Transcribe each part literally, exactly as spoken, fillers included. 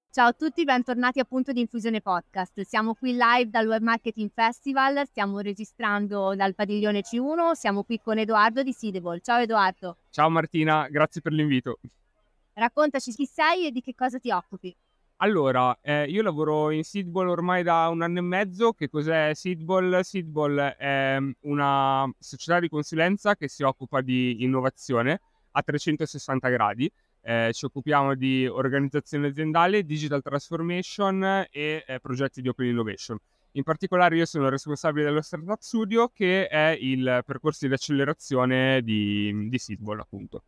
Ciao a tutti, bentornati appunto di Infusione Podcast. Siamo qui live dal Web Marketing Festival, stiamo registrando dal padiglione C uno, siamo qui con Edoardo di Seedable. Ciao Edoardo. Ciao Martina, grazie per l'invito. Raccontaci chi sei e di che cosa ti occupi. Allora, eh, io lavoro in Seedable ormai da un anno e mezzo. Che cos'è Seedable? Seedable è mm, una società di consulenza che si occupa di innovazione a trecentosessanta gradi. Eh, ci occupiamo di organizzazione aziendale, digital transformation e eh, progetti di open innovation. In particolare io sono responsabile dello Startup Studio, che è il percorso di accelerazione di, di Seedable, appunto.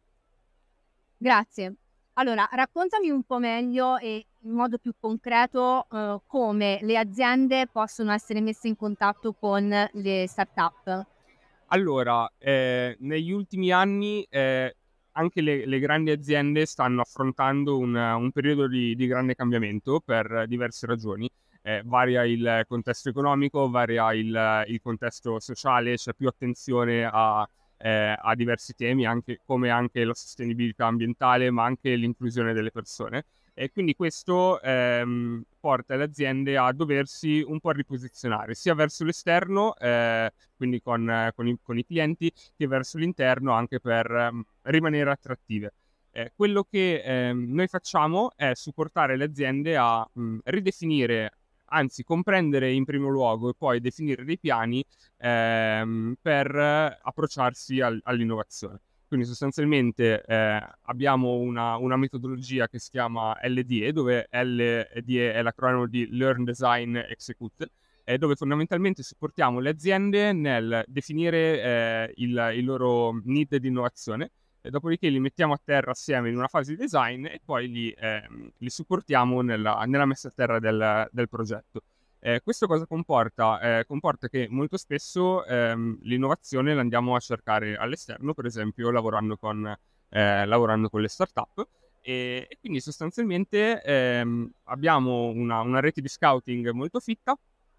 Grazie. Allora, raccontami un po' meglio e in modo più concreto eh, come le aziende possono essere messe in contatto con le start-up. Allora, eh, negli ultimi anni eh, anche le, le grandi aziende stanno affrontando un, un periodo di, di grande cambiamento per diverse ragioni. Eh, varia il contesto economico, varia il, il contesto sociale, c'è più attenzione a, eh, a diversi temi, anche, come anche la sostenibilità ambientale, ma anche l'inclusione delle persone. E quindi questo ehm, porta le aziende a doversi un po' riposizionare, sia verso l'esterno, eh, quindi con, eh, con, i, con i clienti, che verso l'interno, anche per ehm, rimanere attrattive. Eh, quello che ehm, noi facciamo è supportare le aziende a mh, ridefinire, anzi comprendere in primo luogo e poi definire dei piani ehm, per eh, approcciarsi al- all'innovazione. Quindi sostanzialmente eh, abbiamo una, una metodologia che si chiama L D E, dove L D E è l'acronimo di Learn, Design, Execute, eh, dove fondamentalmente supportiamo le aziende nel definire eh, il, il loro need di innovazione, e dopodiché li mettiamo a terra assieme in una fase di design e poi li, ehm, li supportiamo nella, nella messa a terra del, del progetto. Eh, questo cosa comporta? Eh, comporta che molto spesso ehm, l'innovazione la andiamo a cercare all'esterno, per esempio lavorando con, eh, lavorando con le startup. E, e quindi sostanzialmente ehm, abbiamo una, una rete di scouting molto fitta.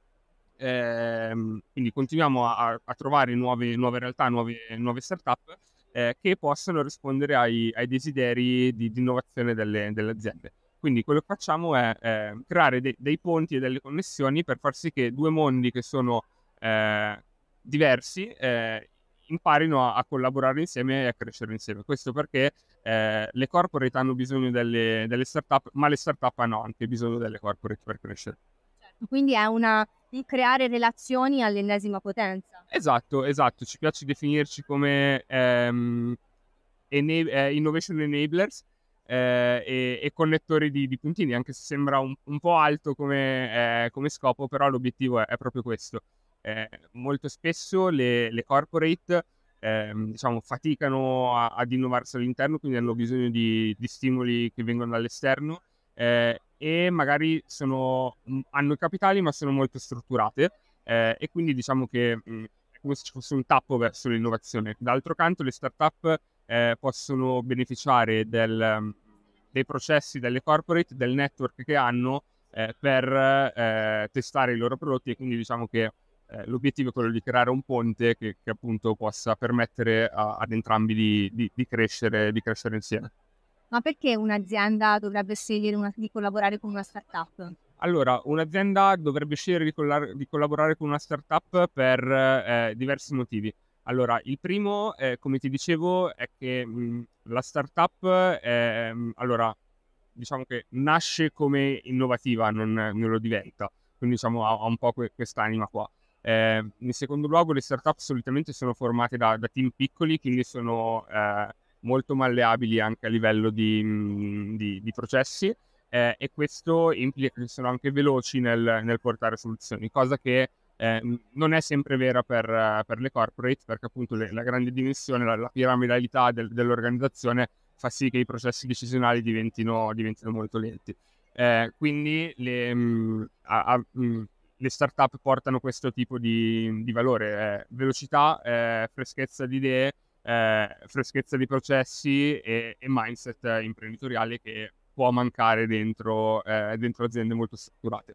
Ehm, quindi continuiamo a, a trovare nuove, nuove realtà, nuove, nuove startup eh, che possano rispondere ai, ai desideri di, di innovazione delle, delle aziende. Quindi quello che facciamo è eh, creare de- dei ponti e delle connessioni per far sì che due mondi che sono eh, diversi eh, imparino a, a collaborare insieme e a crescere insieme. Questo perché eh, le corporate hanno bisogno delle, delle startup, ma le startup hanno anche bisogno delle corporate per crescere. Quindi è una, un creare relazioni all'ennesima potenza. Esatto, esatto, ci piace definirci come ehm, ena- eh, innovation enablers eh, e, e connettori di, di puntini, anche se sembra un, un po' alto come, eh, come scopo, però l'obiettivo è, è proprio questo. Eh, molto spesso le, le corporate ehm, diciamo, faticano a- ad innovarsi all'interno, quindi hanno bisogno di, di stimoli che vengono dall'esterno eh, e magari sono, hanno i capitali ma sono molto strutturate eh, e quindi diciamo che mh, è come se ci fosse un tappo verso l'innovazione. D'altro canto le startup eh, possono beneficiare del, mm, dei processi delle corporate, del network che hanno eh, per eh, testare i loro prodotti, e quindi diciamo che eh, l'obiettivo è quello di creare un ponte che, che appunto possa permettere a- ad entrambi di, di- di crescere, di crescere insieme. Ma perché un'azienda dovrebbe scegliere una- di collaborare con una startup? Allora, un'azienda dovrebbe scegliere di, collar- di collaborare con una startup per eh, diversi motivi. Allora, il primo, eh, come ti dicevo, è che mh, la startup, è, mh, allora, diciamo che nasce come innovativa, non, non lo diventa. Quindi, diciamo, ha, ha un po' que- quest'anima qua. Eh, in secondo luogo, le startup solitamente sono formate da, da team piccoli, quindi sono eh, molto malleabili anche a livello di, mh, di di processi eh, e questo implica che sono anche veloci nel, nel portare soluzioni, cosa che eh, non è sempre vera per, eh, per le corporate, perché appunto le- la grande dimensione, la, la piramidalità del- dell'organizzazione fa sì che i processi decisionali diventino, diventino molto lenti. Eh, quindi le, mh, a- a- mh, le startup portano questo tipo di, di valore, eh, velocità, eh, freschezza di idee, eh, freschezza di processi e, e mindset imprenditoriale che può mancare dentro, eh, dentro aziende molto strutturate.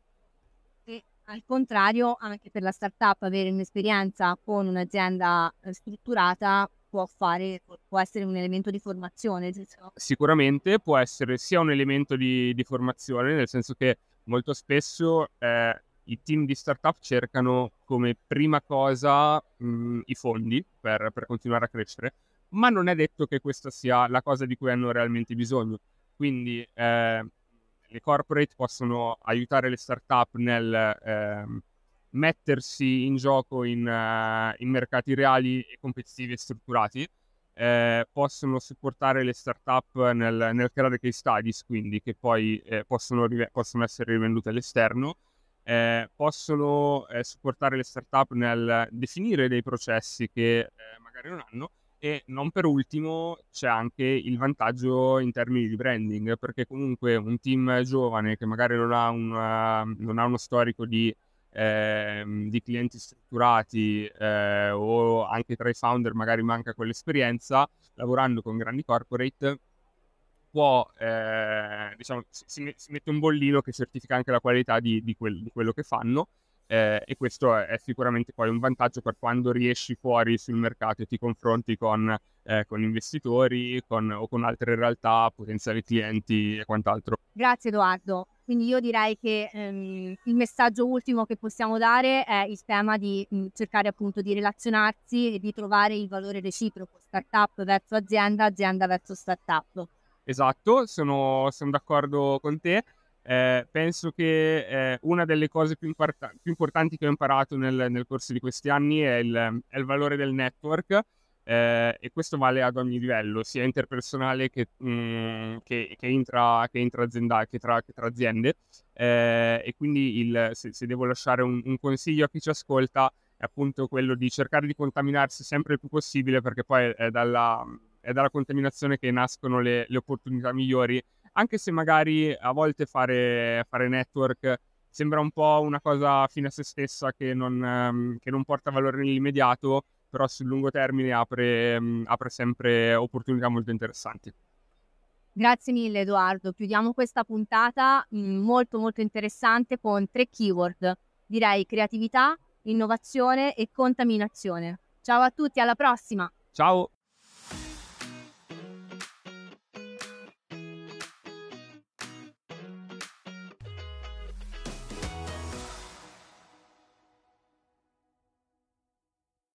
E al contrario, anche per la startup avere un'esperienza con un'azienda eh, strutturata può fare, può essere un elemento di formazione, giusto? Sicuramente può essere sia un elemento di, di formazione, nel senso che molto spesso eh, i team di startup cercano come prima cosa mh, i fondi per, per continuare a crescere, ma non è detto che questa sia la cosa di cui hanno realmente bisogno. Quindi eh, le corporate possono aiutare le startup nel ehm, mettersi in gioco in, eh, in mercati reali e competitivi e strutturati. Eh, possono supportare le startup nel, nel creare case studies, quindi che poi eh, possono, rive- possono essere rivendute all'esterno. Eh, possono eh, supportare le startup nel definire dei processi che eh, magari non hanno. E non per ultimo c'è anche il vantaggio in termini di branding, perché comunque un team giovane che magari non ha, un, uh, non ha uno storico di, ehm, di clienti strutturati eh, o anche tra i founder magari manca quell'esperienza, lavorando con grandi corporate può, eh, diciamo, si, si, si mette un bollino che certifica anche la qualità di, di, quel, di quello che fanno. Eh, e questo è, è sicuramente poi un vantaggio per quando riesci fuori sul mercato e ti confronti con, eh, con investitori con, o con altre realtà, potenziali clienti e quant'altro. Grazie Edoardo. Quindi io direi che ehm, il messaggio ultimo che possiamo dare è il tema di mh, cercare appunto di relazionarsi e di trovare il valore reciproco, startup verso azienda, azienda verso startup. Esatto, sono, sono d'accordo con te. Eh, penso che eh, una delle cose più, impart- più importanti che ho imparato nel, nel corso di questi anni è il, è il valore del network, eh, e questo vale ad ogni livello, sia interpersonale che, mh, che, che intra, che intra-azienda- che tra, che tra aziende. Eh, e quindi il, se, se devo lasciare un, un consiglio a chi ci ascolta è appunto quello di cercare di contaminarsi sempre il più possibile, perché poi è dalla, è dalla contaminazione che nascono le, le opportunità migliori, anche se magari a volte fare, fare network sembra un po' una cosa fine a se stessa che non, ehm, che non porta valore nell'immediato, però sul lungo termine apre, ehm, apre sempre opportunità molto interessanti. Grazie mille Edoardo, chiudiamo questa puntata mh, molto molto interessante con tre keyword, direi creatività, innovazione e contaminazione. Ciao a tutti, alla prossima! Ciao!